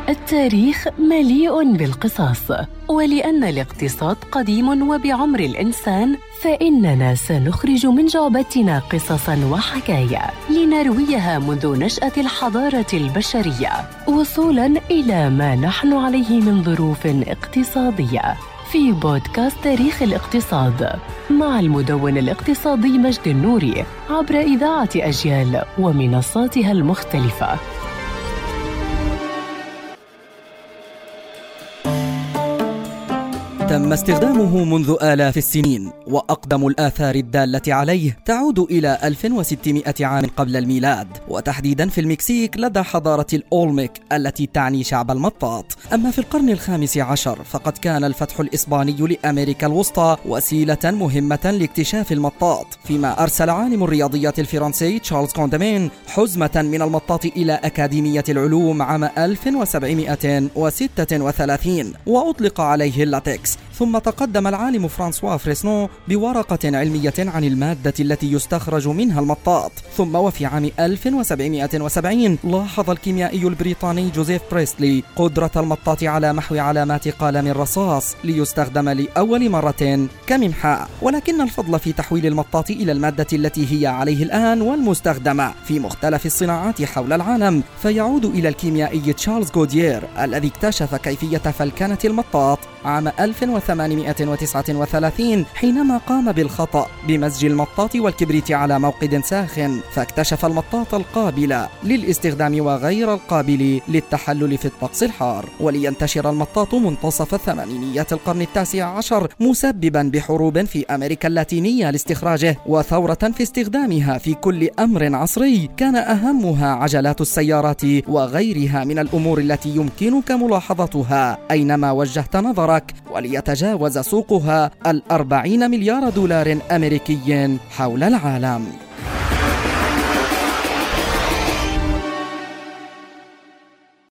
التاريخ مليء بالقصص، ولأن الاقتصاد قديم وبعمر الإنسان، فإننا سنخرج من جعبتنا قصصاً وحكايا لنرويها منذ نشأة الحضارة البشرية وصولاً إلى ما نحن عليه من ظروف اقتصادية، في بودكاست تاريخ الاقتصاد مع المدون الاقتصادي مجد النوري عبر إذاعة أجيال ومنصاتها المختلفة. تم استخدامه منذ آلاف السنين، وأقدم الآثار الدالة عليه تعود إلى 1600 عام قبل الميلاد، وتحديدا في المكسيك لدى حضارة الأولميك التي تعني شعب المطاط. أما في القرن الخامس عشر فقد كان الفتح الإسباني لأمريكا الوسطى وسيلة مهمة لاكتشاف المطاط، فيما أرسل عالم الرياضيات الفرنسي تشارلز كوندامين حزمة من المطاط إلى أكاديمية العلوم عام 1736 وأطلق عليه اللاتكس. ثم تقدم العالم فرانسوا فريسنو بورقة علمية عن المادة التي يستخرج منها المطاط. ثم وفي عام 1770 لاحظ الكيميائي البريطاني جوزيف بريسلي قدرة المطاط على محو علامات قلم الرصاص ليستخدم لأول مرة كممحاء، ولكن الفضل في تحويل المطاط إلى المادة التي هي عليه الآن والمستخدمة في مختلف الصناعات حول العالم فيعود إلى الكيميائي تشارلز غوديير الذي اكتشف كيفية فلكنة المطاط عام 1839 حينما قام بالخطأ بمزج المطاط والكبريت على موقد ساخن، فاكتشف المطاط القابل للاستخدام وغير القابل للتحلل في الطقس الحار. ولينتشر المطاط منتصف الثمانينيات القرن التاسع عشر مسببا بحروب في أمريكا اللاتينية لاستخراجه وثورة في استخدامها في كل أمر عصري كان أهمها عجلات السيارات وغيرها من الأمور التي يمكنك ملاحظتها أينما وجهت نظرك، وليتجاوز سوقها 40 مليار دولار أمريكي حول العالم.